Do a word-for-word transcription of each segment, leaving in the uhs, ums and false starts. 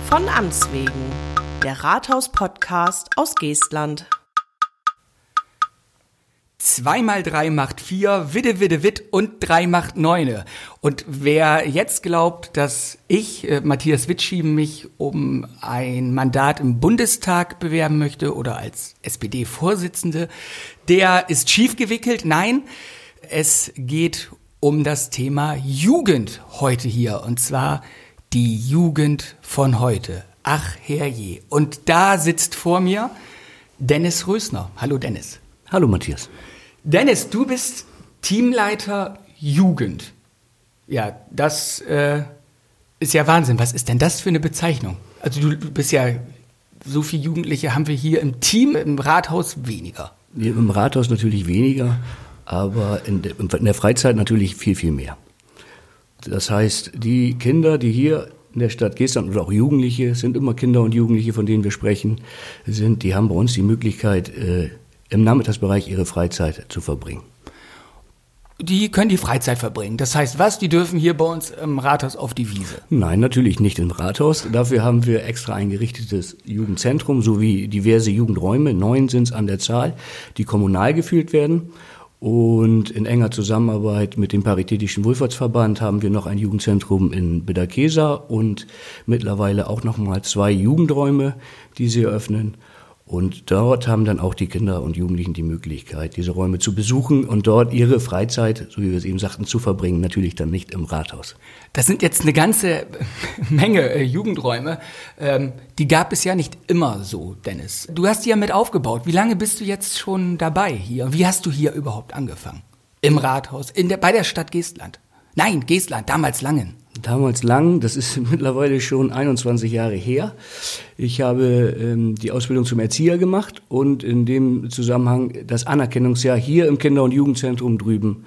Von Amts wegen, der Rathaus-Podcast aus Geestland. Zwei mal drei macht vier, Widde, Widde, Witt und drei macht neune. Und wer jetzt glaubt, dass ich, äh, Matthias Witschieben, mich um ein Mandat im Bundestag bewerben möchte oder als S P D-Vorsitzende, der ist schief gewickelt. Nein, es geht um das Thema Jugend heute hier. Und zwar die Jugend von heute. Ach herrje. Und da sitzt vor mir Dennis Rösner. Hallo Dennis. Hallo Matthias. Dennis, du bist Teamleiter Jugend. Ja, das äh, ist ja Wahnsinn. Was ist denn das für eine Bezeichnung? Also du, du bist ja, so viele Jugendliche haben wir hier im Team, im Rathaus weniger. Im Rathaus natürlich weniger, aber in der, in der Freizeit natürlich viel, viel mehr. Das heißt, die Kinder, die hier in der Stadt Geestland oder auch Jugendliche, sind immer Kinder und Jugendliche, von denen wir sprechen, sind, die haben bei uns die Möglichkeit, äh, im Nachmittagsbereich ihre Freizeit zu verbringen. Die können die Freizeit verbringen. Das heißt was? Die dürfen hier bei uns im Rathaus auf die Wiese? Nein, natürlich nicht im Rathaus. Dafür haben wir extra eingerichtetes Jugendzentrum sowie diverse Jugendräume, neun sind es an der Zahl, die kommunal geführt werden. Und in enger Zusammenarbeit mit dem Paritätischen Wohlfahrtsverband haben wir noch ein Jugendzentrum in Bederkesa und mittlerweile auch noch mal zwei Jugendräume, die sie eröffnen. Und dort haben dann auch die Kinder und Jugendlichen die Möglichkeit, diese Räume zu besuchen und dort ihre Freizeit, so wie wir es eben sagten, zu verbringen. Natürlich dann nicht im Rathaus. Das sind jetzt eine ganze Menge äh, Jugendräume. Ähm, die gab es ja nicht immer so, Dennis. Du hast die ja mit aufgebaut. Wie lange bist du jetzt schon dabei hier? Wie hast du hier überhaupt angefangen? Im Rathaus, in der, bei der Stadt Geestland? Nein, Geestland, damals Langen. Damals lang, das ist mittlerweile schon einundzwanzig Jahre her. Ich habe ähm, die Ausbildung zum Erzieher gemacht und in dem Zusammenhang das Anerkennungsjahr hier im Kinder- und Jugendzentrum drüben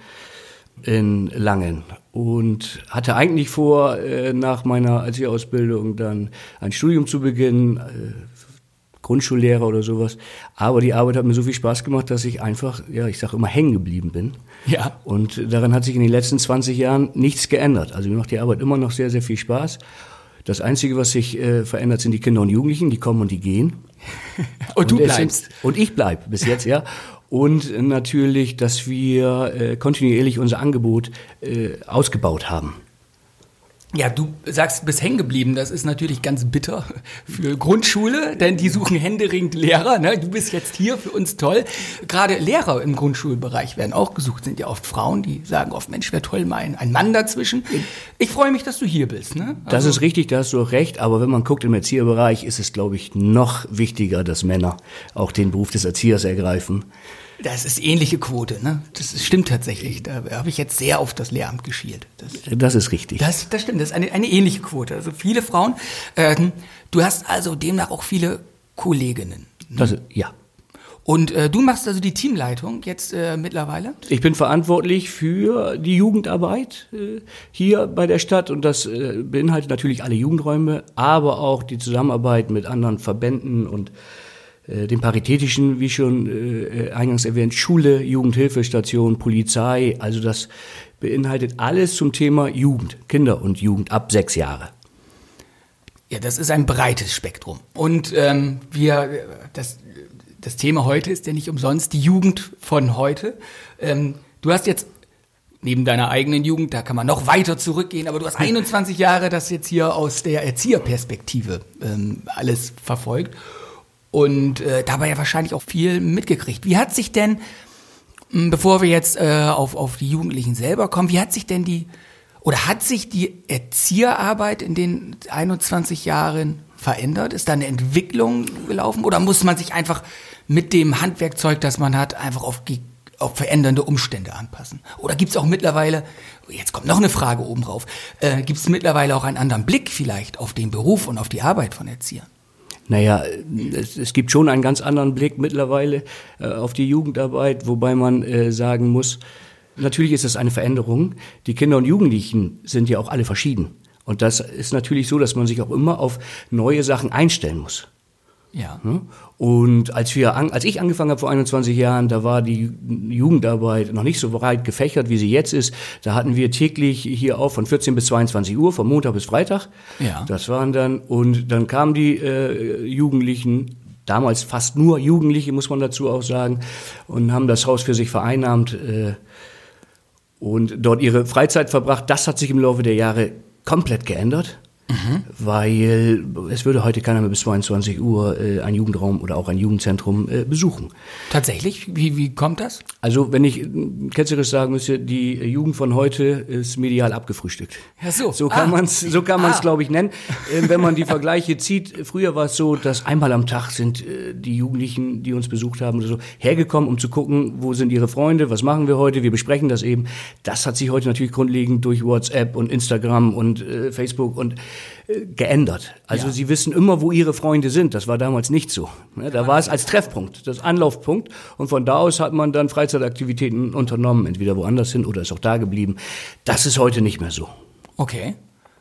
in Langen. Und hatte eigentlich vor, äh, nach meiner Erzieherausbildung dann ein Studium zu beginnen, äh, Grundschullehrer oder sowas. Aber die Arbeit hat mir so viel Spaß gemacht, dass ich einfach, ja, ich sage immer, hängen geblieben bin. Ja. Und daran hat sich in den letzten zwanzig Jahren nichts geändert. Also mir macht die Arbeit immer noch sehr, sehr viel Spaß. Das Einzige, was sich äh, verändert, sind die Kinder und Jugendlichen, die kommen und die gehen. Und du und bleibst. Sind, und ich bleib bis jetzt, ja. Und natürlich, dass wir äh, kontinuierlich unser Angebot äh, ausgebaut haben. Ja, du sagst, du bist hängen geblieben. Das ist natürlich ganz bitter für Grundschule, denn die suchen händeringend Lehrer. Ne? Du bist jetzt hier, für uns toll. Gerade Lehrer im Grundschulbereich werden auch gesucht, sind ja oft Frauen, die sagen oft, Mensch, wäre toll, mal ein, ein Mann dazwischen. Ich freue mich, dass du hier bist. Ne? Also, das ist richtig, da hast du auch recht. Aber wenn man guckt im Erzieherbereich, ist es, glaube ich, noch wichtiger, dass Männer auch den Beruf des Erziehers ergreifen. Das ist ähnliche Quote, ne? Das ist, stimmt tatsächlich. Da habe ich jetzt sehr auf das Lehramt geschielt. Das, das ist richtig. Das, das stimmt, das ist eine, eine ähnliche Quote. Also viele Frauen. Ähm, du hast also demnach auch viele Kolleginnen. Ne? Das, ja. Und äh, du machst also die Teamleitung jetzt äh, mittlerweile? Ich bin verantwortlich für die Jugendarbeit äh, hier bei der Stadt und das äh, beinhaltet natürlich alle Jugendräume, aber auch die Zusammenarbeit mit anderen Verbänden und den Paritätischen, wie schon äh, eingangs erwähnt, Schule, Jugendhilfestation, Polizei, also das beinhaltet alles zum Thema Jugend, Kinder und Jugend ab sechs Jahre. Ja, das ist ein breites Spektrum. Und ähm, wir, das, das Thema heute ist ja nicht umsonst die Jugend von heute. Ähm, du hast jetzt neben deiner eigenen Jugend, da kann man noch weiter zurückgehen, aber du hast einundzwanzig Jahre das jetzt hier aus der Erzieherperspektive ähm, alles verfolgt. Und äh, dabei ja wahrscheinlich auch viel mitgekriegt. Wie hat sich denn, mh, bevor wir jetzt äh, auf, auf die Jugendlichen selber kommen, wie hat sich denn die, oder hat sich die Erzieherarbeit in den einundzwanzig Jahren verändert? Ist da eine Entwicklung gelaufen? Oder muss man sich einfach mit dem Handwerkzeug, das man hat, einfach auf, auf verändernde Umstände anpassen? Oder gibt es auch mittlerweile, jetzt kommt noch eine Frage oben drauf, äh, gibt es mittlerweile auch einen anderen Blick vielleicht auf den Beruf und auf die Arbeit von Erziehern? Naja, es, es gibt schon einen ganz anderen Blick mittlerweile äh, auf die Jugendarbeit, wobei man äh, sagen muss, natürlich ist es eine Veränderung. Die Kinder und Jugendlichen sind ja auch alle verschieden. Und das ist natürlich so, dass man sich auch immer auf neue Sachen einstellen muss. Ja. Und als wir, an, als ich angefangen habe vor einundzwanzig Jahren, da war die Jugendarbeit noch nicht so breit gefächert, wie sie jetzt ist. Da hatten wir täglich hier auf von vierzehn bis zweiundzwanzig Uhr, von Montag bis Freitag. Ja. Das waren dann, und dann kamen die äh, Jugendlichen, damals fast nur Jugendliche, muss man dazu auch sagen, und haben das Haus für sich vereinnahmt äh, und dort ihre Freizeit verbracht. Das hat sich im Laufe der Jahre komplett geändert. Mhm. Weil es würde heute keiner mehr bis zweiundzwanzig Uhr äh, einen Jugendraum oder auch ein Jugendzentrum äh, besuchen. Tatsächlich? Wie, wie kommt das? Also wenn ich ketzerisch sagen müsste, die Jugend von heute ist medial abgefrühstückt. Ja, so. So kann ah. man's, so kann man's, ah. glaube ich, nennen. Äh, wenn man die Vergleiche zieht, früher war es so, dass einmal am Tag sind äh, die Jugendlichen, die uns besucht haben, oder so, hergekommen, um zu gucken, wo sind ihre Freunde, was machen wir heute, wir besprechen das eben. Das hat sich heute natürlich grundlegend durch WhatsApp und Instagram und äh, Facebook und geändert. Also ja. Sie wissen immer, wo ihre Freunde sind. Das war damals nicht so. Da war es als Treffpunkt, das Anlaufpunkt. Und von da aus hat man dann Freizeitaktivitäten unternommen, entweder woanders hin oder ist auch da geblieben. Das ist heute nicht mehr so. Okay.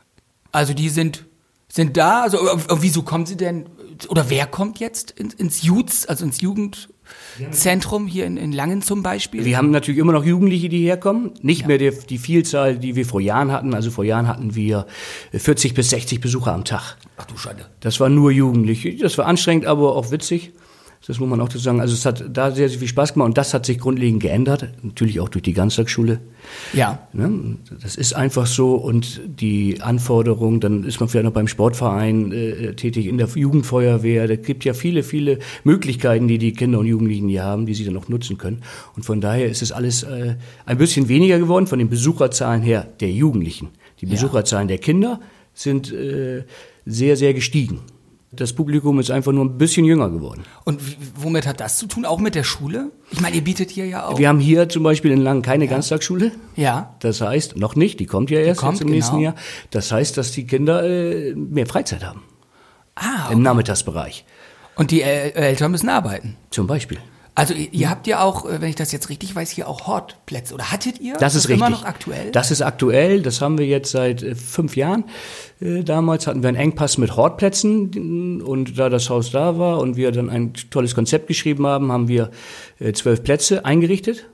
Also die sind, sind da. Also wieso kommen sie denn, oder wer kommt jetzt ins, ins Juz, also ins Jugendzentrum hier in, in Langen zum Beispiel? Wir haben natürlich immer noch Jugendliche, die herkommen. Nicht ja. mehr die, die Vielzahl, die wir vor Jahren hatten. Also vor Jahren hatten wir vierzig bis sechzig Besucher am Tag. Ach du Schande. Das war nur Jugendliche. Das war anstrengend, aber auch witzig. Das muss man auch dazu sagen. Also es hat da sehr, sehr viel Spaß gemacht und das hat sich grundlegend geändert. Natürlich auch durch die Ganztagsschule. Ja. Das ist einfach so und die Anforderung, dann ist man vielleicht noch beim Sportverein äh, tätig, in der Jugendfeuerwehr. Da gibt ja viele, viele Möglichkeiten, die die Kinder und Jugendlichen hier haben, die sie dann auch nutzen können. Und von daher ist es alles äh, ein bisschen weniger geworden von den Besucherzahlen her der Jugendlichen. Die Besucherzahlen ja. der Kinder sind äh, sehr, sehr gestiegen. Das Publikum ist einfach nur ein bisschen jünger geworden. Und womit hat das zu tun? Auch mit der Schule? Ich meine, ihr bietet hier ja auch... Wir haben hier zum Beispiel in Langen keine ja. Ganztagsschule. Ja. Das heißt, noch nicht, die kommt ja erst kommt, jetzt im genau. nächsten Jahr. Das heißt, dass die Kinder äh, mehr Freizeit haben. Ah, okay. Im Nachmittagsbereich. Und die El- Eltern müssen arbeiten? Zum Beispiel. Also ihr, ihr habt ja auch, wenn ich das jetzt richtig weiß, hier auch Hortplätze. Oder hattet ihr? Das ist, ist richtig. Immer noch aktuell? Das ist aktuell. Das haben wir jetzt seit äh, fünf Jahren. Äh, damals hatten wir einen Engpass mit Hortplätzen. Und da das Haus da war und wir dann ein tolles Konzept geschrieben haben, haben wir äh, zwölf Plätze eingerichtet.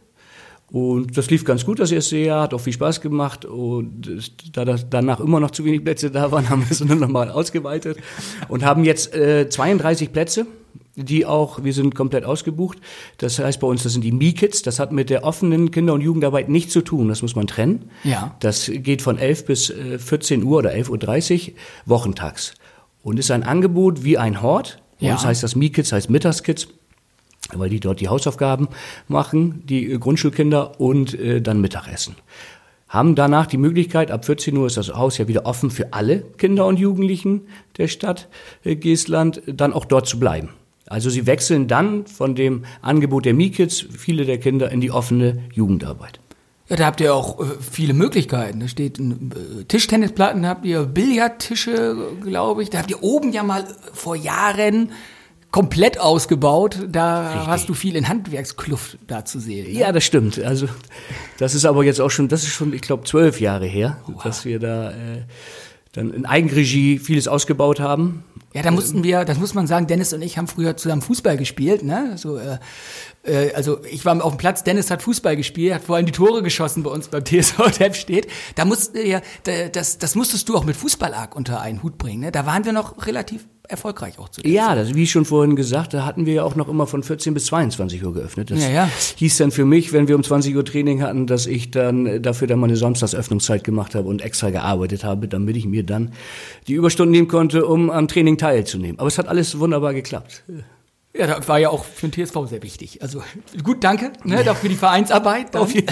Und das lief ganz gut das erste Jahr, hat auch viel Spaß gemacht. Und da das danach immer noch zu wenig Plätze da waren, haben wir es dann nochmal ausgeweitet. Und haben jetzt äh, zweiunddreißig Plätze. Die auch, wir sind komplett ausgebucht. Das heißt bei uns, das sind die Me-Kids. Das hat mit der offenen Kinder- und Jugendarbeit nichts zu tun. Das muss man trennen. Ja. Das geht von elf bis vierzehn Uhr oder elf Uhr dreißig wochentags. Und ist ein Angebot wie ein Hort. Ja. Und das heißt, das Me-Kids heißt Mittagskids, weil die dort die Hausaufgaben machen, die Grundschulkinder, und äh, dann Mittagessen. Haben danach die Möglichkeit, ab vierzehn Uhr ist das Haus ja wieder offen für alle Kinder und Jugendlichen der Stadt äh, Geestland, dann auch dort zu bleiben. Also sie wechseln dann von dem Angebot der Me-Kids, viele der Kinder, in die offene Jugendarbeit. Ja, da habt ihr auch äh, viele Möglichkeiten. Da steht ein, äh, Tischtennisplatten, da habt ihr Billardtische, glaube ich. Da habt ihr oben ja mal vor Jahren komplett ausgebaut. Da Richtig. hast du viel in Handwerkskluft da zu sehen. Ne? Ja, das stimmt. Also das ist aber jetzt auch schon, das ist schon, ich glaube, zwölf Jahre her, wow. dass wir da äh, dann in Eigenregie vieles ausgebaut haben. Ja, da mussten wir, das muss man sagen, Dennis und ich haben früher zusammen Fußball gespielt, ne? So, äh, äh, also ich war auf dem Platz, Dennis hat Fußball gespielt, hat vor allem die Tore geschossen bei uns beim T S V Depp steht. Da musst ja, das, das musstest du auch mit Fußball-Arc unter einen Hut bringen, ne? Da waren wir noch relativ erfolgreich auch zu der Ja, das, wie schon vorhin gesagt, da hatten wir ja auch noch immer von vierzehn bis zweiundzwanzig Uhr geöffnet. Das ja, ja. hieß dann für mich, wenn wir um zwanzig Uhr Training hatten, dass ich dann dafür dann meine Samstagsöffnungszeit gemacht habe und extra gearbeitet habe, damit ich mir dann die Überstunden nehmen konnte, um am Training teilzunehmen. Aber es hat alles wunderbar geklappt. Ja, das war ja auch für den T S V sehr wichtig. Also gut, danke, ne, auch für die Vereinsarbeit. Auf jeden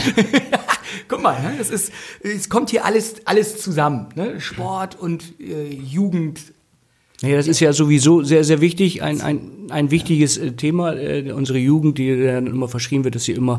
Guck mal, ne, es ist, es kommt hier alles, alles zusammen, ne? Sport und äh, Jugend. Ja, das ist ja sowieso sehr, sehr wichtig, ein, ein, ein wichtiges äh, Thema. Äh, unsere Jugend, die dann immer verschrien wird, dass sie immer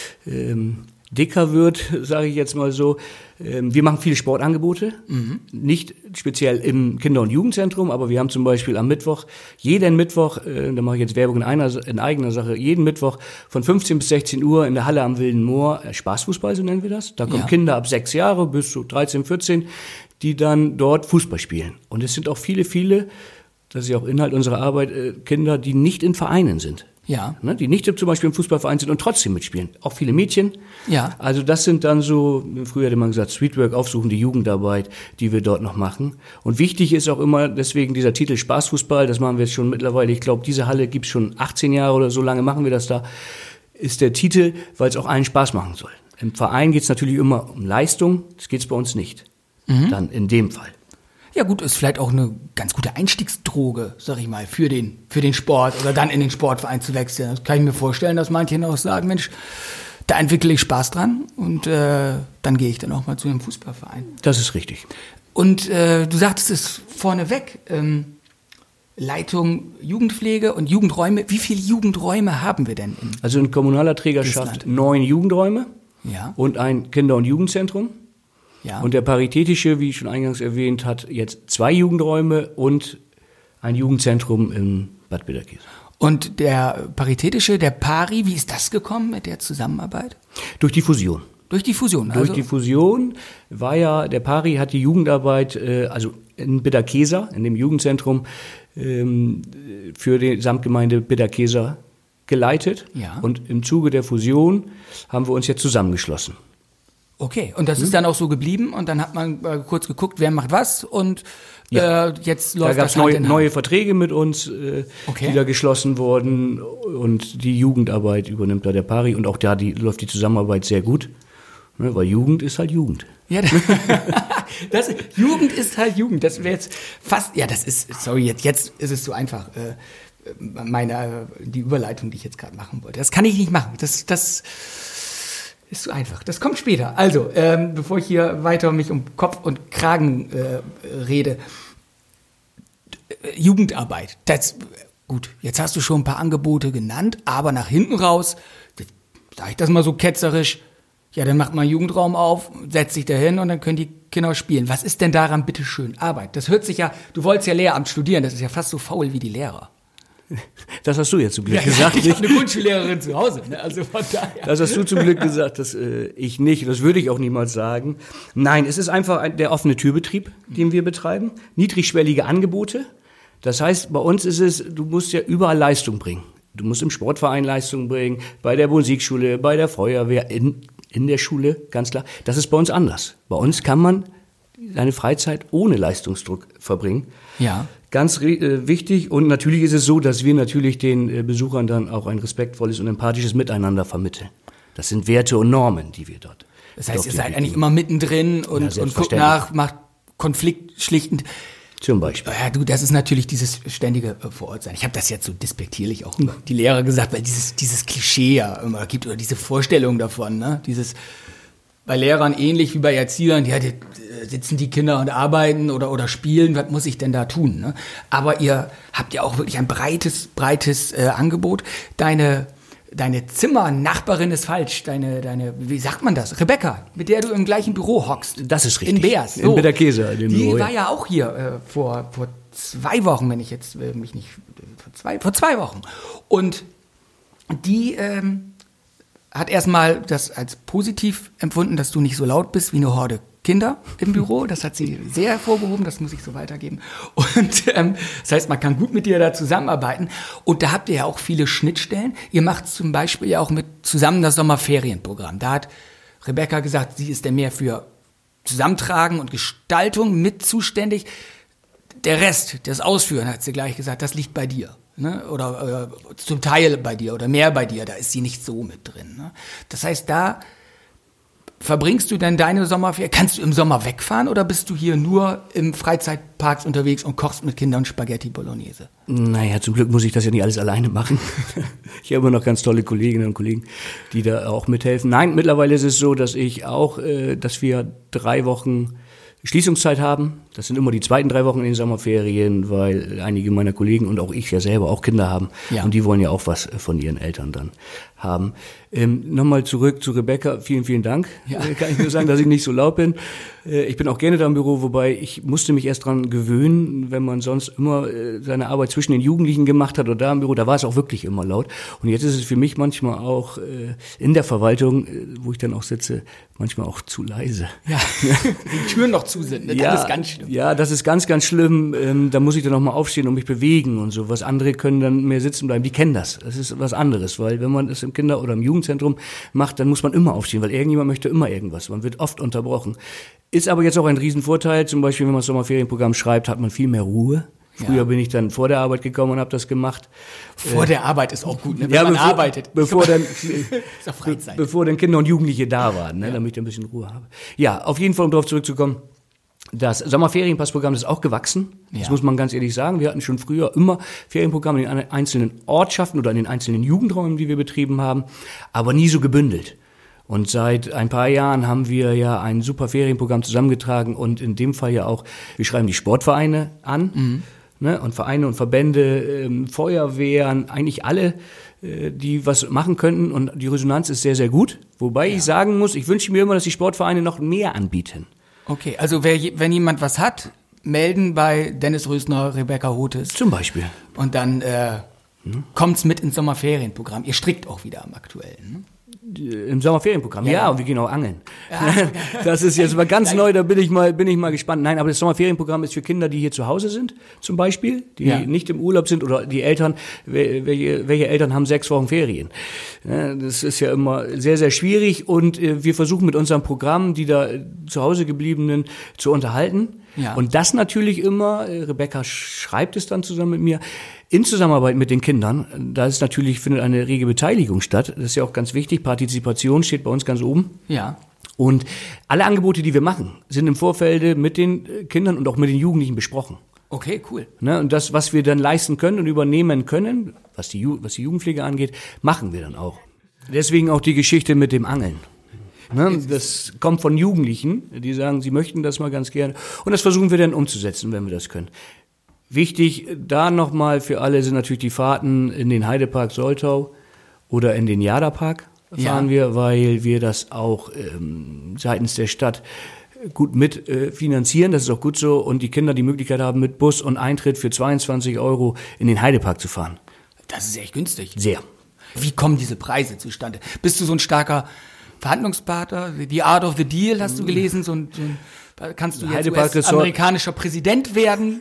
ähm, dicker wird, sage ich jetzt mal so. Ähm, wir machen viele Sportangebote, mhm. nicht speziell im Kinder- und Jugendzentrum, aber wir haben zum Beispiel am Mittwoch, jeden Mittwoch, äh, da mache ich jetzt Werbung in, einer, in eigener Sache, jeden Mittwoch von fünfzehn bis sechzehn Uhr in der Halle am Wilden Moor, äh, Spaßfußball, so nennen wir das. Da kommen ja. Kinder ab sechs Jahre bis so dreizehn, vierzehn, die dann dort Fußball spielen. Und es sind auch viele, viele, das ist ja auch Inhalt unserer Arbeit, äh, Kinder, die nicht in Vereinen sind. Ja. Ne, die nicht zum Beispiel im Fußballverein sind und trotzdem mitspielen. Auch viele Mädchen. Ja. Also das sind dann so, früher hätte man gesagt, Streetwork, aufsuchende Jugendarbeit, die wir dort noch machen. Und wichtig ist auch immer, deswegen dieser Titel Spaßfußball, das machen wir jetzt schon mittlerweile, ich glaube, diese Halle gibt's schon achtzehn Jahre oder so lange machen wir das da, ist der Titel, weil es auch allen Spaß machen soll. Im Verein geht's natürlich immer um Leistung, das geht's bei uns nicht. Mhm. Dann in dem Fall. Ja gut, ist vielleicht auch eine ganz gute Einstiegsdroge, sag ich mal, für den, für den Sport oder dann in den Sportverein zu wechseln. Das kann ich mir vorstellen, dass manche auch sagen, Mensch, da entwickle ich Spaß dran und äh, dann gehe ich dann auch mal zu einem Fußballverein. Das ist richtig. Und äh, du sagtest es vorneweg, ähm, Leitung Jugendpflege und Jugendräume. Wie viele Jugendräume haben wir denn in Also in kommunaler Trägerschaft Geestland? neun Jugendräume Ja. und ein Kinder- und Jugendzentrum. Ja. Und der Paritätische, wie ich schon eingangs erwähnt, hat jetzt zwei Jugendräume und ein Jugendzentrum in Bad Bederkesa. Und der Paritätische, der Pari, wie ist das gekommen mit der Zusammenarbeit? Durch die Fusion. Durch die Fusion. Durch Also die Fusion war ja, der Pari hat die Jugendarbeit, äh, also in Bederkesa, in dem Jugendzentrum, ähm, für die Samtgemeinde Bederkesa geleitet. Ja. Und im Zuge der Fusion haben wir uns jetzt zusammengeschlossen. Okay, und das ist dann auch so geblieben und dann hat man äh, kurz geguckt, wer macht was und Ja. äh, jetzt Da läuft gab das es Hand neue, in Hand. neue Verträge mit uns, äh, Okay. die da geschlossen wurden, und die Jugendarbeit übernimmt da der Pari, und auch da die, läuft die Zusammenarbeit sehr gut, ne, weil Jugend ist halt Jugend. Ja, das, Jugend ist halt Jugend. Das wäre jetzt fast, ja, das ist, sorry, jetzt, jetzt ist es so einfach, äh, meine, die Überleitung, die ich jetzt gerade machen wollte. Das kann ich nicht machen. Das, das ist so einfach. Das kommt später. Also, ähm, bevor ich hier weiter mich um Kopf und Kragen äh, rede. Jugendarbeit. Das, gut, jetzt hast du schon ein paar Angebote genannt, aber nach hinten raus, sag ich das mal so ketzerisch, ja, dann macht man einen Jugendraum auf, setzt sich da hin und dann können die Kinder spielen. Was ist denn daran bitteschön Arbeit? Das hört sich ja, du wolltest ja Lehramt studieren, das ist ja fast so faul wie die Lehrer. Das hast du jetzt zum Glück Ja, gesagt. ich habe eine Grundschullehrerin zu Hause, ne? Also von daher. Das hast du zum Glück gesagt, das äh, ich nicht. Das würde ich auch niemals sagen. Nein, es ist einfach ein, der offene Türbetrieb, den wir betreiben. Niedrigschwellige Angebote. Das heißt, bei uns ist es, du musst ja überall Leistung bringen. Du musst im Sportverein Leistung bringen, bei der Musikschule, bei der Feuerwehr, in, in der Schule, ganz klar. Das ist bei uns anders. Bei uns kann man seine Freizeit ohne Leistungsdruck verbringen. Ja. Ganz äh, wichtig, und natürlich ist es so, dass wir natürlich den äh, Besuchern dann auch ein respektvolles und empathisches Miteinander vermitteln. Das sind Werte und Normen, die wir dort. Das heißt, dort ihr seid leben. eigentlich immer mittendrin und, Ja, und guckt selbstverständlich. nach, macht konfliktschlichtend. Zum Beispiel. Ja, du, das ist natürlich dieses ständige äh, Vorortsein. Ich habe das jetzt so despektierlich auch über die Lehrer gesagt, weil dieses, dieses Klischee ja immer gibt oder diese Vorstellung davon, ne? Dieses bei Lehrern ähnlich wie bei Erziehern, ja, die, äh, sitzen die Kinder und arbeiten oder, oder spielen, was muss ich denn da tun? Ne? Aber ihr habt ja auch wirklich ein breites, breites äh, Angebot. Deine, deine Zimmernachbarin ist falsch, deine, deine, wie sagt man das? Rebecca, mit der du im gleichen Büro hockst. Das ist richtig. In Beers. In Bederkesa, in dem Die Büro, ja. war ja auch hier äh, vor, vor zwei Wochen, wenn ich jetzt äh, mich nicht, vor zwei, vor zwei Wochen. Und die, ähm, hat erstmal das als positiv empfunden, dass du nicht so laut bist wie eine Horde Kinder im Büro. Das hat sie sehr hervorgehoben, das muss ich so weitergeben. Und ähm, das heißt, man kann gut mit dir da zusammenarbeiten. Und da habt ihr ja auch viele Schnittstellen. Ihr macht zum Beispiel ja auch mit zusammen das Sommerferienprogramm. Da hat Rebecca gesagt, sie ist ja mehr für Zusammentragen und Gestaltung mit zuständig. Der Rest, das Ausführen, hat sie gleich gesagt, das liegt bei dir. Ne? Oder äh, zum Teil bei dir oder mehr bei dir, da ist sie nicht so mit drin. Ne? Das heißt, da verbringst du denn deine Sommerferien, kannst du im Sommer wegfahren oder bist du hier nur im Freizeitpark unterwegs und kochst mit Kindern Spaghetti Bolognese? Naja, zum Glück muss ich das ja nicht alles alleine machen. Ich habe immer noch ganz tolle Kolleginnen und Kollegen, die da auch mithelfen. Nein, mittlerweile ist es so, dass ich auch, äh, dass wir drei Wochen Schließungszeit haben. Das sind immer die zweiten drei Wochen in den Sommerferien, weil einige meiner Kollegen und auch ich ja selber auch Kinder haben. Ja. Und die wollen ja auch was von ihren Eltern dann haben. Ähm, Nochmal zurück zu Rebecca. Vielen, vielen Dank. Ja. Äh, kann ich nur sagen, dass ich nicht so laut bin. Äh, ich bin auch gerne da im Büro, wobei ich musste mich erst dran gewöhnen, wenn man sonst immer äh, seine Arbeit zwischen den Jugendlichen gemacht hat oder da im Büro, da war es auch wirklich immer laut. Und jetzt ist es für mich manchmal auch äh, in der Verwaltung, äh, wo ich dann auch sitze, manchmal auch zu leise. Ja, die Türen noch zu sind, ne? Das ja, ist ganz schlimm. Ja, das ist ganz, ganz schlimm. Ähm, da muss ich dann noch mal aufstehen und mich bewegen und so. Was andere können dann mehr sitzen bleiben. Die kennen das. Das ist was anderes, weil wenn man es im Kinder- oder im Jugendzentrum macht, dann muss man immer aufstehen, weil irgendjemand möchte immer irgendwas. Man wird oft unterbrochen. Ist aber jetzt auch ein Riesenvorteil. Zum Beispiel, wenn man das Sommerferienprogramm schreibt, hat man viel mehr Ruhe. Früher ja. bin ich dann vor der Arbeit gekommen und habe das gemacht. Vor äh, der Arbeit ist auch gut, ne? Wenn ja, man bevor, arbeitet. Bevor dann, ist auch Freizeit. bevor dann Kinder und Jugendliche da waren, ne? Ja. Damit ich ein bisschen Ruhe habe. Ja, auf jeden Fall, um darauf zurückzukommen. Das Sommerferienpassprogramm ist auch gewachsen. Das ja. muss man ganz ehrlich sagen. Wir hatten schon früher immer Ferienprogramme in den einzelnen Ortschaften oder in den einzelnen Jugendräumen, die wir betrieben haben, aber nie so gebündelt. Und seit ein paar Jahren haben wir ja ein super Ferienprogramm zusammengetragen und in dem Fall ja auch, wir schreiben die Sportvereine an, mhm. ne, und Vereine und Verbände, ähm, Feuerwehren, eigentlich alle, äh, die was machen könnten, und die Resonanz ist sehr, sehr gut. Wobei ja. ich sagen muss, ich wünsche mir immer, dass die Sportvereine noch mehr anbieten. Okay, also wer, wenn jemand was hat, melden bei Dennis Rösner, Rebecca Hotes. Zum Beispiel. Und dann äh, hm? kommt's mit ins Sommerferienprogramm. Ihr strickt auch wieder am aktuellen, ne? Im Sommerferienprogramm, ja, ja, und wir gehen auch angeln. Ja. Das ist jetzt mal ganz neu, da bin ich mal, bin ich mal gespannt. Nein, aber das Sommerferienprogramm ist für Kinder, die hier zu Hause sind, zum Beispiel, die ja. nicht im Urlaub sind, oder die Eltern, welche, welche Eltern haben sechs Wochen Ferien? Das ist ja immer sehr, sehr schwierig, und wir versuchen mit unserem Programm, die da zu Hause gebliebenen zu unterhalten. Ja. Und das natürlich immer, Rebecca schreibt es dann zusammen mit mir, in Zusammenarbeit mit den Kindern. Da ist natürlich, findet eine rege Beteiligung statt. Das ist ja auch ganz wichtig. Partizipation steht bei uns ganz oben. Ja. Und alle Angebote, die wir machen, sind im Vorfeld mit den Kindern und auch mit den Jugendlichen besprochen. Okay, cool. Ne, und das, was wir dann leisten können und übernehmen können, was die, Ju- was die Jugendpflege angeht, machen wir dann auch. Deswegen auch die Geschichte mit dem Angeln. Ne, das kommt von Jugendlichen, die sagen, sie möchten das mal ganz gerne. Und das versuchen wir dann umzusetzen, wenn wir das können. Wichtig da nochmal für alle sind natürlich die Fahrten in den Heidepark Soltau oder in den Jadapark fahren ja. wir, weil wir das auch ähm, seitens der Stadt gut mit äh, finanzieren. Das ist auch gut so. Und die Kinder die Möglichkeit haben, mit Bus und Eintritt für zweiundzwanzig Euro in den Heidepark zu fahren. Das ist echt günstig. Sehr. Wie kommen diese Preise zustande? Bist du so ein starker Verhandlungspartner? The Art of the Deal hast du gelesen? So ein, so ein Kannst du jetzt amerikanischer Präsident werden?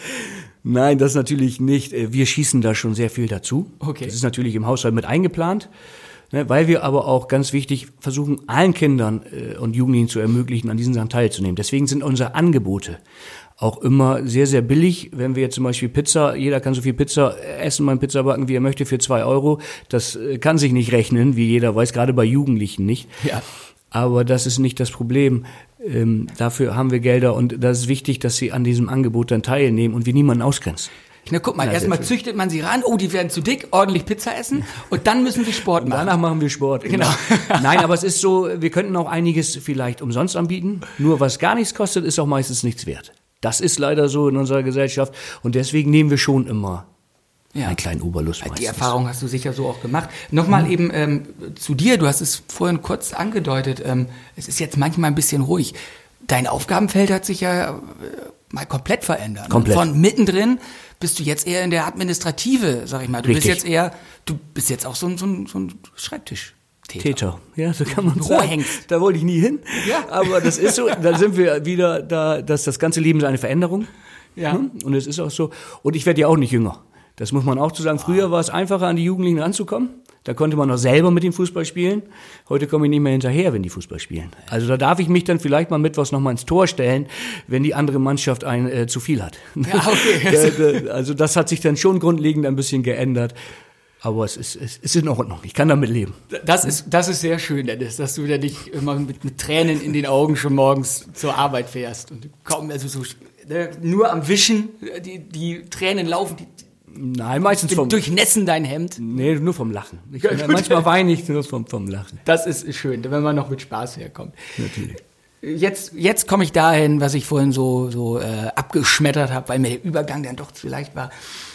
Nein, das natürlich nicht. Wir schießen da schon sehr viel dazu. Okay. Das ist natürlich im Haushalt mit eingeplant, ne, weil wir aber auch ganz wichtig versuchen, allen Kindern äh, und Jugendlichen zu ermöglichen, an diesen Sachen teilzunehmen. Deswegen sind unsere Angebote auch immer sehr, sehr billig. Wenn wir jetzt zum Beispiel Pizza, jeder kann so viel Pizza essen, mal Pizza backen, wie er möchte, für zwei Euro. Das äh, kann sich nicht rechnen, wie jeder weiß, gerade bei Jugendlichen nicht. Ja. Aber das ist nicht das Problem. Ähm, dafür haben wir Gelder, und das ist wichtig, dass sie an diesem Angebot dann teilnehmen und wir niemanden ausgrenzen. Na guck mal, erstmal züchtet man sie ran, oh, die werden zu dick, ordentlich Pizza essen, und dann müssen sie Sport machen. Und danach machen wir Sport. Genau. genau. Nein, aber es ist so, wir könnten auch einiges vielleicht umsonst anbieten. Nur was gar nichts kostet, ist auch meistens nichts wert. Das ist leider so in unserer Gesellschaft, und deswegen nehmen wir schon immer ja. einen kleinen Oberlust meistens. Die Erfahrung hast du sicher so auch gemacht. Nochmal mhm. eben ähm, zu dir, du hast es vorhin kurz angedeutet, ähm, es ist jetzt manchmal ein bisschen ruhig. Dein Aufgabenfeld hat sich ja äh, mal komplett verändert. Komplett. Von mittendrin bist du jetzt eher in der Administrative, sag ich mal. Du Richtig. bist jetzt eher, du bist jetzt auch so ein, so ein, so ein Schreibtisch. Täter. Täter, ja, so kann man sagen. Da wollte ich nie hin. Ja. Aber das ist so, da sind wir wieder da, dass das ganze Leben ist eine Veränderung. Ja. Und es ist auch so. Und ich werde ja auch nicht jünger. Das muss man auch zu sagen. Früher war es einfacher, an die Jugendlichen ranzukommen. Da konnte man noch selber mit dem Fußball spielen. Heute komme ich nicht mehr hinterher, wenn die Fußball spielen. Also da darf ich mich dann vielleicht mal mittwochs noch mal ins Tor stellen, wenn die andere Mannschaft ein äh, zu viel hat. Ja, okay. Also das hat sich dann schon grundlegend ein bisschen geändert. Aber es ist, es ist in Ordnung. Ich kann damit leben. Das ist, das ist sehr schön, Dennis, dass du da nicht immer mit, mit Tränen in den Augen schon morgens zur Arbeit fährst. Und kaum, also so, ne, nur am Wischen, die, die Tränen laufen, die, Nein, meistens vom... Durchnässen dein Hemd? Nee, nur vom Lachen. Ich, manchmal weine ich nur vom, vom Lachen. Das ist schön, wenn man noch mit Spaß herkommt. Natürlich. Jetzt, jetzt komme ich dahin, was ich vorhin so, so äh, abgeschmettert habe, weil mir der Übergang dann doch zu leicht war.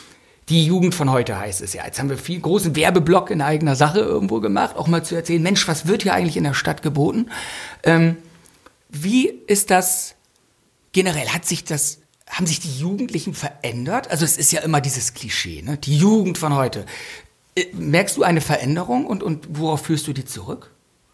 Die Jugend von heute heißt es ja. Jetzt haben wir viel großen Werbeblock in eigener Sache irgendwo gemacht, auch mal zu erzählen, Mensch, was wird hier eigentlich in der Stadt geboten? Ähm, wie ist das generell? Hat sich das, haben sich die Jugendlichen verändert? Also es ist ja immer dieses Klischee, ne? Die Jugend von heute. Äh, merkst du eine Veränderung und, und worauf führst du die zurück?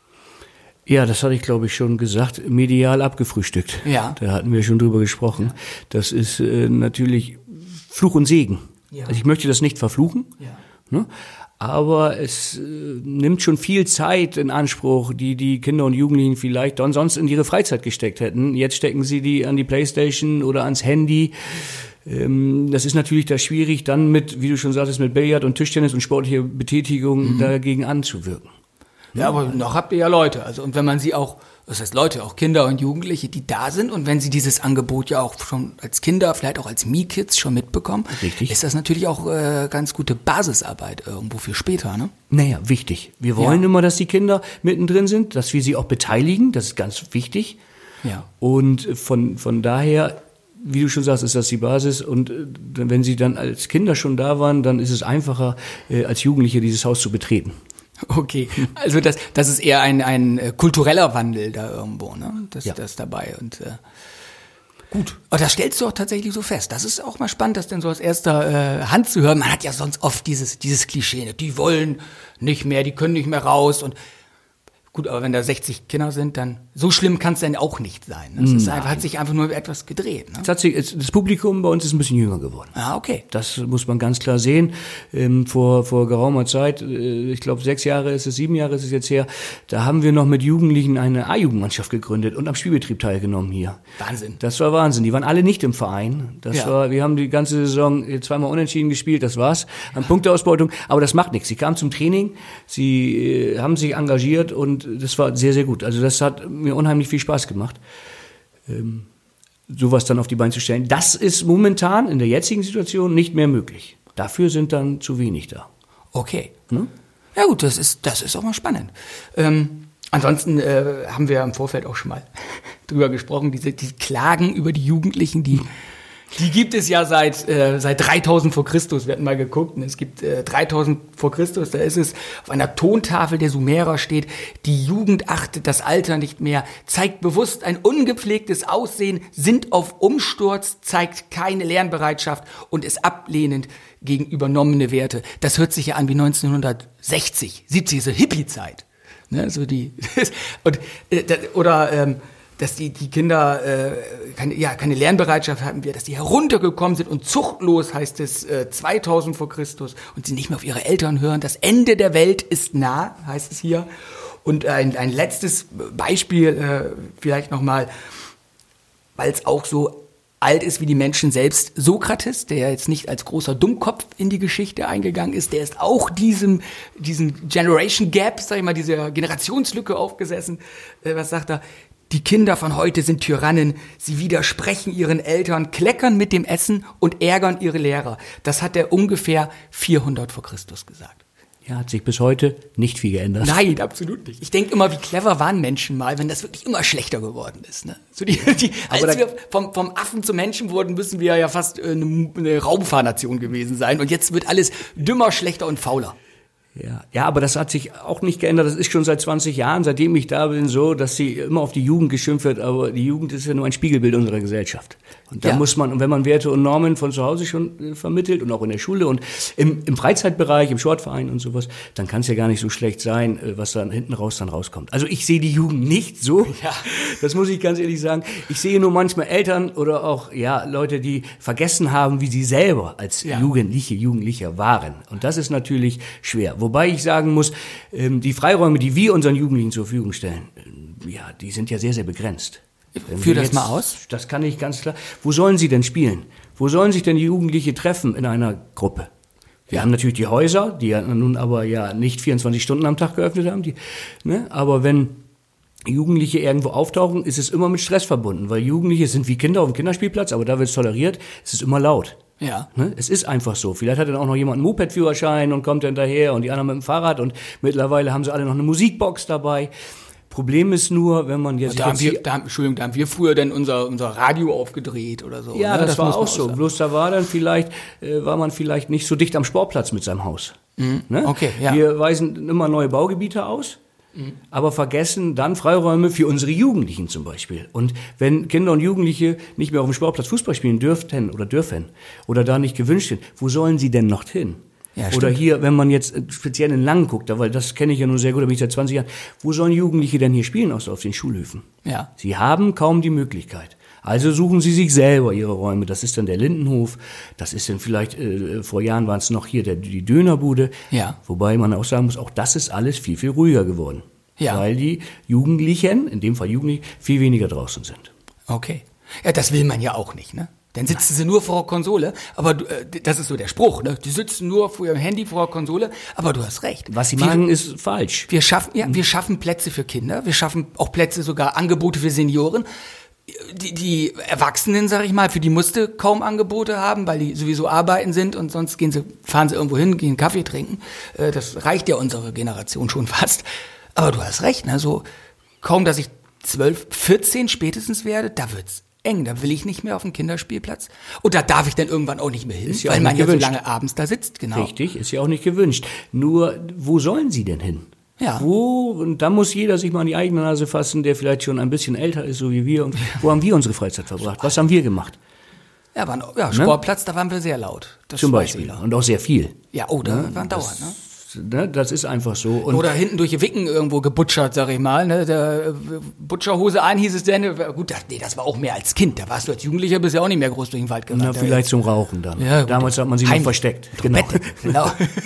Ja, das hatte ich, glaube ich, schon gesagt, medial abgefrühstückt. Ja. Da hatten wir schon drüber gesprochen. Das ist äh, natürlich Fluch und Segen. Ja. Also ich möchte das nicht verfluchen, ja. ne? Aber es äh, nimmt schon viel Zeit in Anspruch, die die Kinder und Jugendlichen vielleicht dann sonst in ihre Freizeit gesteckt hätten. Jetzt stecken sie die an die Playstation oder ans Handy. Ähm, das ist natürlich da schwierig, dann mit, wie du schon sagtest, mit Billard und Tischtennis und sportlicher Betätigung mhm. dagegen anzuwirken. Ja, aber noch habt ihr ja Leute. Also, und wenn man sie auch, das heißt Leute, auch Kinder und Jugendliche, die da sind, und wenn sie dieses Angebot ja auch schon als Kinder, vielleicht auch als Mi-Kids schon mitbekommen, richtig, ist das natürlich auch äh, ganz gute Basisarbeit irgendwo für später, ne? Naja, wichtig. Wir wollen ja. immer, dass die Kinder mittendrin sind, dass wir sie auch beteiligen, das ist ganz wichtig. Ja. Und von, von daher, wie du schon sagst, ist das die Basis. Und äh, wenn sie dann als Kinder schon da waren, dann ist es einfacher, äh, als Jugendliche dieses Haus zu betreten. Okay, also das, das ist eher ein, ein äh, kultureller Wandel da irgendwo, ne? Das, ja. das dabei. Und äh, gut, aber das stellst du auch tatsächlich so fest. Das ist auch mal spannend, das denn so aus erster äh, Hand zu hören. Man hat ja sonst oft dieses, dieses Klischee, ne? Die wollen nicht mehr, die können nicht mehr raus. Und gut, aber wenn da sechzig Kinder sind, dann so schlimm kann es dann auch nicht sein. Das ist einfach, hat sich einfach nur etwas gedreht. Ne? Das, hat sich, das Publikum bei uns ist ein bisschen jünger geworden. Ah, okay. Das muss man ganz klar sehen. Ähm, vor, vor geraumer Zeit, äh, ich glaube sechs Jahre ist es, sieben Jahre ist es jetzt her, da haben wir noch mit Jugendlichen eine A-Jugendmannschaft gegründet und am Spielbetrieb teilgenommen hier. Wahnsinn. Das war Wahnsinn. Die waren alle nicht im Verein. Das ja. war, wir haben die ganze Saison zweimal unentschieden gespielt, das war's. An Punkteausbeutung. Aber das macht nichts. Sie kamen zum Training, sie äh, haben sich engagiert und das war sehr, sehr gut. Also das hat mir unheimlich viel Spaß gemacht, ähm, sowas dann auf die Beine zu stellen. Das ist momentan in der jetzigen Situation nicht mehr möglich. Dafür sind dann zu wenig da. Okay. Hm? Ja gut, das ist, das ist auch mal spannend. Ähm, ansonsten äh, haben wir im Vorfeld auch schon mal drüber gesprochen, diese die Klagen über die Jugendlichen, die Die gibt es ja seit äh, seit dreitausend vor Christus. Wir hatten mal geguckt, und es gibt äh, dreitausend vor Christus, da ist es auf einer Tontafel der Sumerer steht, die Jugend achtet das Alter nicht mehr, zeigt bewusst ein ungepflegtes Aussehen, sinnt auf Umsturz, zeigt keine Lernbereitschaft und ist ablehnend gegen übernommene Werte. Das hört sich ja an wie neunzehnhundertsechzig, siebzig, so Hippie-Zeit. Ne, so die und äh, oder ähm, dass die, die Kinder äh, keine, ja, keine Lernbereitschaft hatten, wir, dass die heruntergekommen sind und zuchtlos, heißt es, äh, zweitausend vor Christus, und sie nicht mehr auf ihre Eltern hören. Das Ende der Welt ist nah, heißt es hier. Und ein, ein letztes Beispiel äh, vielleicht nochmal, weil es auch so alt ist wie die Menschen selbst. Sokrates, der jetzt nicht als großer Dummkopf in die Geschichte eingegangen ist, der ist auch diesem, diesen Generation Gap, sag ich mal, dieser Generationslücke aufgesessen. Äh, was sagt er? Die Kinder von heute sind Tyrannen, sie widersprechen ihren Eltern, kleckern mit dem Essen und ärgern ihre Lehrer. Das hat er ungefähr vierhundert vor Christus gesagt. Ja, hat sich bis heute nicht viel geändert. Nein, absolut nicht. Ich denke immer, wie clever waren Menschen mal, wenn das wirklich immer schlechter geworden ist. Ne? So die, die, als wir vom, vom Affen zum Menschen wurden, müssen wir ja fast eine, eine Raumfahrnation gewesen sein. Und jetzt wird alles dümmer, schlechter und fauler. Ja, ja, aber das hat sich auch nicht geändert. Das ist schon seit zwanzig Jahren, seitdem ich da bin, so, dass sie immer auf die Jugend geschimpft wird. Aber die Jugend ist ja nur ein Spiegelbild unserer Gesellschaft. Und da ja. muss man, und wenn man Werte und Normen von zu Hause schon äh, vermittelt und auch in der Schule und im, im Freizeitbereich, im Sportverein und sowas, dann kann es ja gar nicht so schlecht sein, äh, was dann hinten raus dann rauskommt. Also ich sehe die Jugend nicht so. Ja. Das muss ich ganz ehrlich sagen. Ich sehe nur manchmal Eltern oder auch ja Leute, die vergessen haben, wie sie selber als ja. Jugendliche, Jugendlicher waren. Und das ist natürlich schwer. Wobei ich sagen muss, ähm, die Freiräume, die wir unseren Jugendlichen zur Verfügung stellen, äh, ja, die sind ja sehr, sehr begrenzt. Führ das jetzt, mal aus. Das kann ich ganz klar. Wo sollen sie denn spielen? Wo sollen sich denn die Jugendliche treffen in einer Gruppe? Wir ja. haben natürlich die Häuser, die ja nun aber ja nicht vierundzwanzig Stunden am Tag geöffnet haben. Die, ne? Aber wenn Jugendliche irgendwo auftauchen, ist es immer mit Stress verbunden, weil Jugendliche sind wie Kinder auf dem Kinderspielplatz, aber da wird es toleriert, es ist immer laut. Ja. Ne? Es ist einfach so. Vielleicht hat dann auch noch jemand einen Moped-Führerschein und kommt dann daher und die anderen mit dem Fahrrad und mittlerweile haben sie alle noch eine Musikbox dabei. Problem ist nur, wenn man jetzt... Da haben, jetzt wir, da, haben, Entschuldigung, da haben wir früher dann unser, unser Radio aufgedreht oder so. Ja, ne? das, das war auch so. Sagen. Bloß da war dann vielleicht, äh, war man vielleicht nicht so dicht am Sportplatz mit seinem Haus. Mhm. Ne? Okay, ja. Wir weisen immer neue Baugebiete aus, mhm. aber vergessen dann Freiräume für unsere Jugendlichen zum Beispiel. Und wenn Kinder und Jugendliche nicht mehr auf dem Sportplatz Fußball spielen dürften oder dürfen oder da nicht gewünscht sind, wo sollen sie denn noch hin? Ja, oder hier, wenn man jetzt speziell in Langen guckt, weil das kenne ich ja nur sehr gut, da bin ich seit zwanzig Jahren, wo sollen Jugendliche denn hier spielen, außer auf den Schulhöfen? Ja. Sie haben kaum die Möglichkeit. Also suchen sie sich selber ihre Räume. Das ist dann der Lindenhof, das ist dann vielleicht, äh, vor Jahren waren es noch hier der, die Dönerbude. Ja. Wobei man auch sagen muss, auch das ist alles viel, viel ruhiger geworden. Ja. Weil die Jugendlichen, in dem Fall Jugendliche, viel weniger draußen sind. Okay. Ja, das will man ja auch nicht, ne? Dann sitzen sie nur vor der Konsole, aber du, äh, das ist so der Spruch, ne? Die sitzen nur vor ihrem Handy vor der Konsole, aber du hast recht. Was sie wir, machen, ist falsch. Wir schaffen, ja, wir schaffen Plätze für Kinder, wir schaffen auch Plätze, sogar Angebote für Senioren. Die, die Erwachsenen, sag ich mal, für die musste kaum Angebote haben, weil die sowieso arbeiten sind und sonst gehen sie, fahren sie irgendwo hin, gehen Kaffee trinken. Äh, das reicht ja unserer Generation schon fast. Aber du hast recht, ne? So kaum, dass ich zwölf, vierzehn spätestens werde, da wird's eng, da will ich nicht mehr auf den Kinderspielplatz. Und da darf ich dann irgendwann auch nicht mehr hin, Ist ja weil auch man nicht ja so gewünscht. lange abends da sitzt, genau. Richtig, ist ja auch nicht gewünscht. Nur, wo sollen sie denn hin? Ja. Wo, und da muss jeder sich mal an die eigene Nase fassen, der vielleicht schon ein bisschen älter ist, so wie wir. Und wo haben wir unsere Freizeit verbracht? Was haben wir gemacht? Ja, waren, ja Sportplatz, da waren wir sehr laut. Das Zum weiß Beispiel. ich. Und auch sehr viel. Ja, oh, da waren dauernd, ne? Ne, das ist einfach so. Und Oder hinten durch die Wicken irgendwo gebutschert, sag ich mal. Ne? Der äh, Butcherhose an hieß es denn. Gut, das, nee, das war auch mehr als Kind. Da warst du als Jugendlicher, bist ja auch nicht mehr groß durch den Wald gerannt. na, vielleicht zum Rauchen dann. Ja, gut. Damals hat man sich noch Heim- versteckt. Genau. Genau.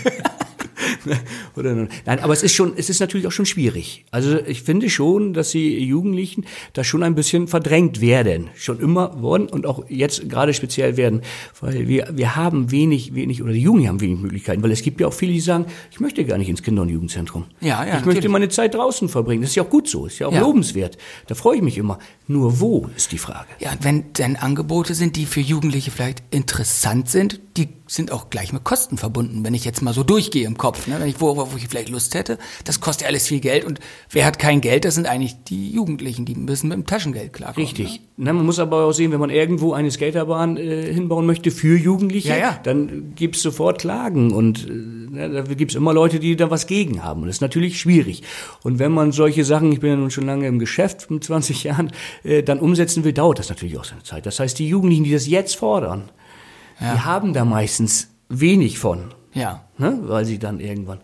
Oder, nein, aber es ist schon, es ist natürlich auch schon schwierig. Also ich finde schon, dass die Jugendlichen da schon ein bisschen verdrängt werden. Schon immer worden und auch jetzt gerade speziell werden. Weil wir, wir haben wenig, wenig, oder die Jugendlichen haben wenig Möglichkeiten. Weil es gibt ja auch viele, die sagen, ich möchte gar nicht ins Kinder- und Jugendzentrum. Ja, ja, Ich natürlich. möchte meine Zeit draußen verbringen. Das ist ja auch gut so. Ist ja auch Ja. lobenswert. Da freue ich mich immer. Nur wo ist die Frage? Ja, und wenn denn Angebote sind, die für Jugendliche vielleicht interessant sind, die sind auch gleich mit Kosten verbunden, wenn ich jetzt mal so durchgehe im Kopf, ne? Wenn ich, wo, wo ich vielleicht Lust hätte, das kostet ja alles viel Geld und wer hat kein Geld, das sind eigentlich die Jugendlichen, die müssen mit dem Taschengeld klarkommen. Richtig. Ne? Man muss aber auch sehen, wenn man irgendwo eine Skaterbahn äh, hinbauen möchte für Jugendliche, Ja, ja. dann gibt's sofort Klagen und äh, ne, da gibt's immer Leute, die da was gegen haben und das ist natürlich schwierig. Und wenn man solche Sachen, ich bin ja nun schon lange im Geschäft, mit zwanzig Jahren, äh, dann umsetzen will, dauert das natürlich auch seine Zeit. Das heißt, die Jugendlichen, die das jetzt fordern, Ja. die haben da meistens wenig von, Ja. ne? Weil sie dann irgendwann...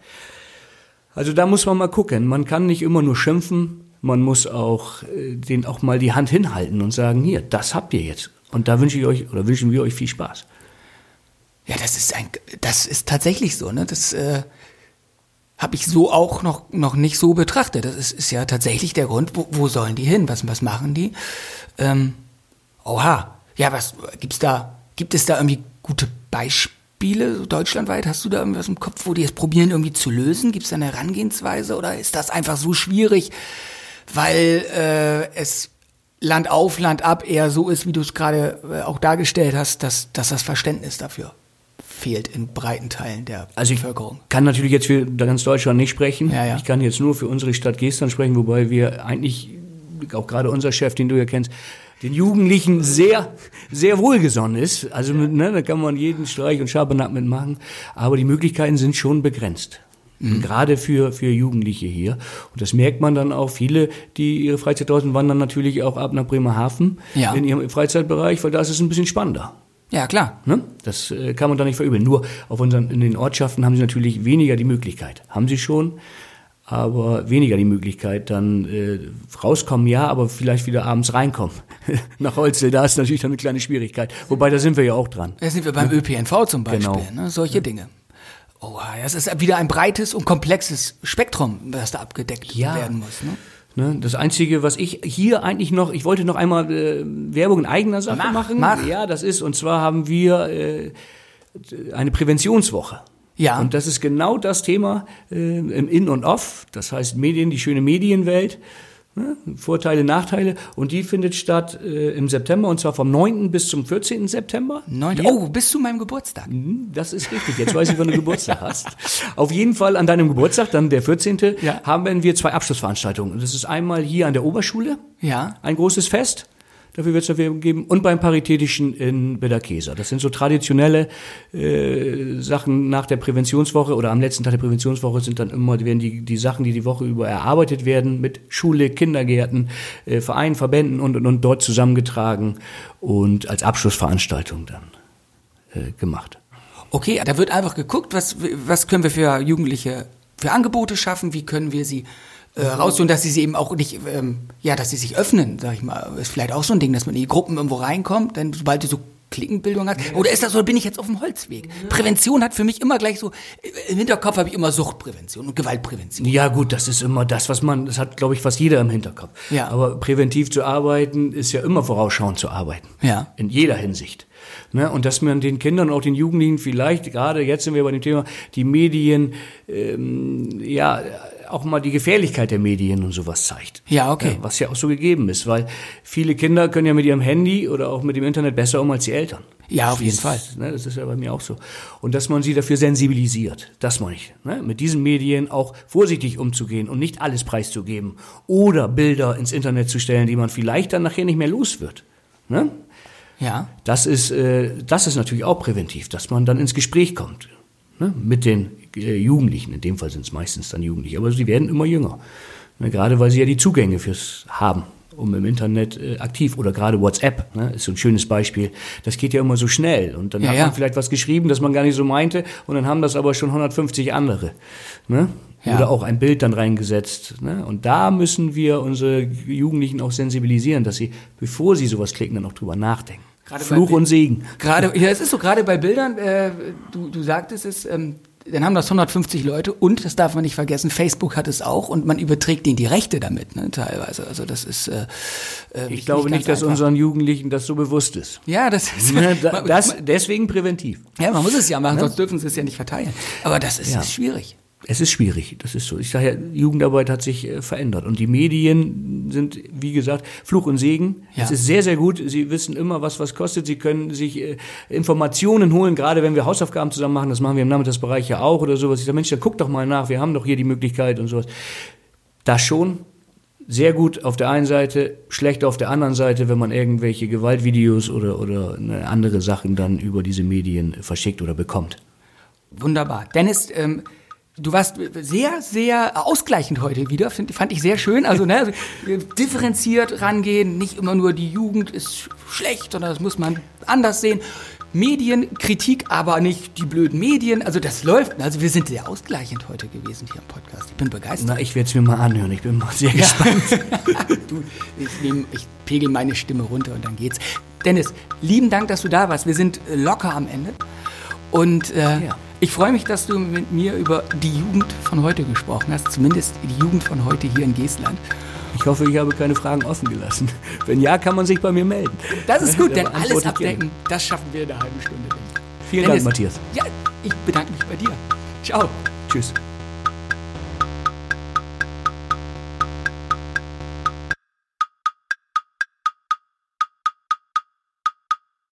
Also da muss man mal gucken. Man kann nicht immer nur schimpfen, man muss auch äh, denen auch mal die Hand hinhalten und sagen, hier, das habt ihr jetzt. Und da wünsche ich euch oder wünschen wir euch viel Spaß. Ja, das ist ein, das ist tatsächlich so, ne? Das äh, habe ich so auch noch noch nicht so betrachtet. Das ist, ist ja tatsächlich der Grund, wo, wo sollen die hin? Was was machen die? Ähm, oha, ja, was gibt's da? Gibt es da irgendwie gute Beispiele so deutschlandweit? Hast du da irgendwas im Kopf, wo die es probieren irgendwie zu lösen? Gibt es da eine Herangehensweise oder ist das einfach so schwierig, weil äh, es Land auf, Land ab eher so ist, wie du es gerade äh, auch dargestellt hast, dass, dass das Verständnis dafür fehlt in breiten Teilen der Also ich Bevölkerung. kann natürlich jetzt für ganz Deutschland nicht sprechen. Ja, ja. Ich kann jetzt nur für unsere Stadt Geestland sprechen, wobei wir eigentlich, auch gerade unser Chef, den du ja kennst, den Jugendlichen sehr, sehr wohlgesonnen ist. Also mit, ne, da kann man jeden Streich und Schabernack mitmachen. Aber die Möglichkeiten sind schon begrenzt. Mhm. Gerade für, für Jugendliche hier. Und das merkt man dann auch. Viele, die ihre Freizeit draußen wandern, natürlich auch ab nach Bremerhaven Ja. in ihrem Freizeitbereich, weil da ist es ein bisschen spannender. Ja, klar. Ne? Das äh, kann man da nicht verübeln. Nur auf unseren, in den Ortschaften haben sie natürlich weniger die Möglichkeit. Haben sie schon, aber weniger die Möglichkeit, dann äh, rauskommen, ja, aber vielleicht wieder abends reinkommen. Nach Holzel, da ist natürlich dann eine kleine Schwierigkeit. Wobei, da sind wir ja auch dran. Da sind wir beim Ö P N V zum Beispiel, Genau. ne? Solche Dinge. Oh, das ist wieder ein breites und komplexes Spektrum, das da abgedeckt Ja. werden muss. Ne? Ne? Das Einzige, was ich hier eigentlich noch, ich wollte noch einmal äh, Werbung in eigener Sache Mach, machen. mach. Ja, das ist, und zwar haben wir äh, eine Präventionswoche. Ja. Und das ist genau das Thema äh, im In und Off, das heißt Medien, die schöne Medienwelt. Ne? Vorteile, Nachteile. Und die findet statt äh, im September, und zwar vom neunten bis zum vierzehnten September. neunten Oh, bis zu meinem Geburtstag. Das ist richtig. Jetzt weiß ich, wann du Geburtstag hast. Auf jeden Fall an deinem Geburtstag, dann der vierzehnte Ja. haben wir zwei Abschlussveranstaltungen. Das ist einmal hier an der Oberschule. Ja. Ein großes Fest. Dafür wird es dafür geben. Und beim Paritätischen in Bederkesa. Das sind so traditionelle äh, Sachen nach der Präventionswoche oder am letzten Tag der Präventionswoche sind dann immer, werden die, die Sachen, die die Woche über erarbeitet werden, mit Schule, Kindergärten, äh, Vereinen, Verbänden und, und, und dort zusammengetragen und als Abschlussveranstaltung dann äh, gemacht. Okay, da wird einfach geguckt, was, was können wir für Jugendliche für Angebote schaffen, wie können wir sie äh, rausholen, dass sie sie eben auch nicht, ähm, ja, dass sie sich öffnen, sag ich mal. Ist vielleicht auch so ein Ding, dass man in die Gruppen irgendwo reinkommt, denn sobald du so Klickenbildung hast, oder ist das so, oder bin ich jetzt auf dem Holzweg? Prävention hat für mich immer gleich so, im Hinterkopf habe ich immer Suchtprävention und Gewaltprävention. Ja gut, das ist immer das, was man, das hat, glaube ich, fast jeder im Hinterkopf. Ja. Aber präventiv zu arbeiten, ist ja immer vorausschauend zu arbeiten. Ja. In jeder Hinsicht. Ne? Und dass man den Kindern und auch den Jugendlichen vielleicht, gerade jetzt sind wir bei dem Thema, die Medien, ähm, ja, auch mal die Gefährlichkeit der Medien und sowas zeigt. Ja, okay. Ja, was ja auch so gegeben ist, weil viele Kinder können ja mit ihrem Handy oder auch mit dem Internet besser um als die Eltern. Ja, auf jeden das, Fall. Ne, das ist ja bei mir auch so. Und dass man sie dafür sensibilisiert, das meine ich. Ne? Mit diesen Medien auch vorsichtig umzugehen und nicht alles preiszugeben oder Bilder ins Internet zu stellen, die man vielleicht dann nachher nicht mehr los wird. Ne? Ja. Das ist, äh, das ist natürlich auch präventiv, dass man dann ins Gespräch kommt, ne? Mit den äh, Jugendlichen. In dem Fall sind es meistens dann Jugendliche, aber sie werden immer jünger. Ne? Gerade weil sie ja die Zugänge fürs haben, um im Internet äh, aktiv, oder gerade WhatsApp, ne? Ist so ein schönes Beispiel. Das geht ja immer so schnell und dann Ja, hat ja. man vielleicht was geschrieben, das man gar nicht so meinte und dann haben das aber schon hundertfünfzig andere. Ne? Ja. Oder auch ein Bild dann reingesetzt. Ne? Und da müssen wir unsere Jugendlichen auch sensibilisieren, dass sie, bevor sie sowas klicken, dann auch drüber nachdenken. Gerade Fluch bei- und Segen. Gerade, ja, es ist so, gerade bei Bildern, äh, du, du sagtest es, ähm, dann haben das hundertfünfzig Leute und, das darf man nicht vergessen, Facebook hat es auch und man überträgt denen die Rechte damit, ne, teilweise. Also das ist äh, äh, Ich glaube nicht, ganz dass einfach. unseren Jugendlichen das so bewusst ist. Ja, das ist... Ne, da- man, das, deswegen präventiv. ja, man muss es ja machen, sonst dürfen sie es ja nicht verteilen. Aber das ist, Ja. ist schwierig. Es ist schwierig, das ist so. Ich sage ja, Jugendarbeit hat sich äh, verändert und die Medien sind, wie gesagt, Fluch und Segen. Ja. Es ist sehr, sehr gut. Sie wissen immer, was was kostet. Sie können sich äh, Informationen holen, gerade wenn wir Hausaufgaben zusammen machen. Das machen wir im Nachmittagsbereich ja auch oder sowas. Ich sage, Mensch, dann guck doch mal nach. Wir haben doch hier die Möglichkeit und sowas. Das schon. Sehr gut auf der einen Seite, schlecht auf der anderen Seite, wenn man irgendwelche Gewaltvideos oder, oder ne, andere Sachen dann über diese Medien verschickt oder bekommt. Wunderbar. Dennis, ähm, du warst sehr, sehr ausgleichend heute wieder, find, fand ich sehr schön. Also, ne, also, differenziert rangehen, nicht immer nur die Jugend ist schlecht, sondern das muss man anders sehen. Medienkritik, aber nicht die blöden Medien. Also das läuft. Also wir sind sehr ausgleichend heute gewesen hier im Podcast. Ich bin begeistert. Na, ich werde es mir mal anhören. Ich bin mal sehr gespannt. du, ich, nehm, ich pegel meine Stimme runter und dann geht's. Dennis, lieben Dank, dass du da warst. Wir sind locker am Ende. Und äh, Ja. ich freue mich, dass du mit mir über die Jugend von heute gesprochen hast. Zumindest die Jugend von heute hier in Geestland. Ich hoffe, ich habe keine Fragen offen gelassen. Wenn ja, kann man sich bei mir melden. Das ist gut, Da denn beantworte alles ich gerne. abdecken, das schaffen wir in einer halben Stunde. Vielen Dennis, Dank, Matthias. Ja, ich bedanke mich bei dir. Ciao. Tschüss.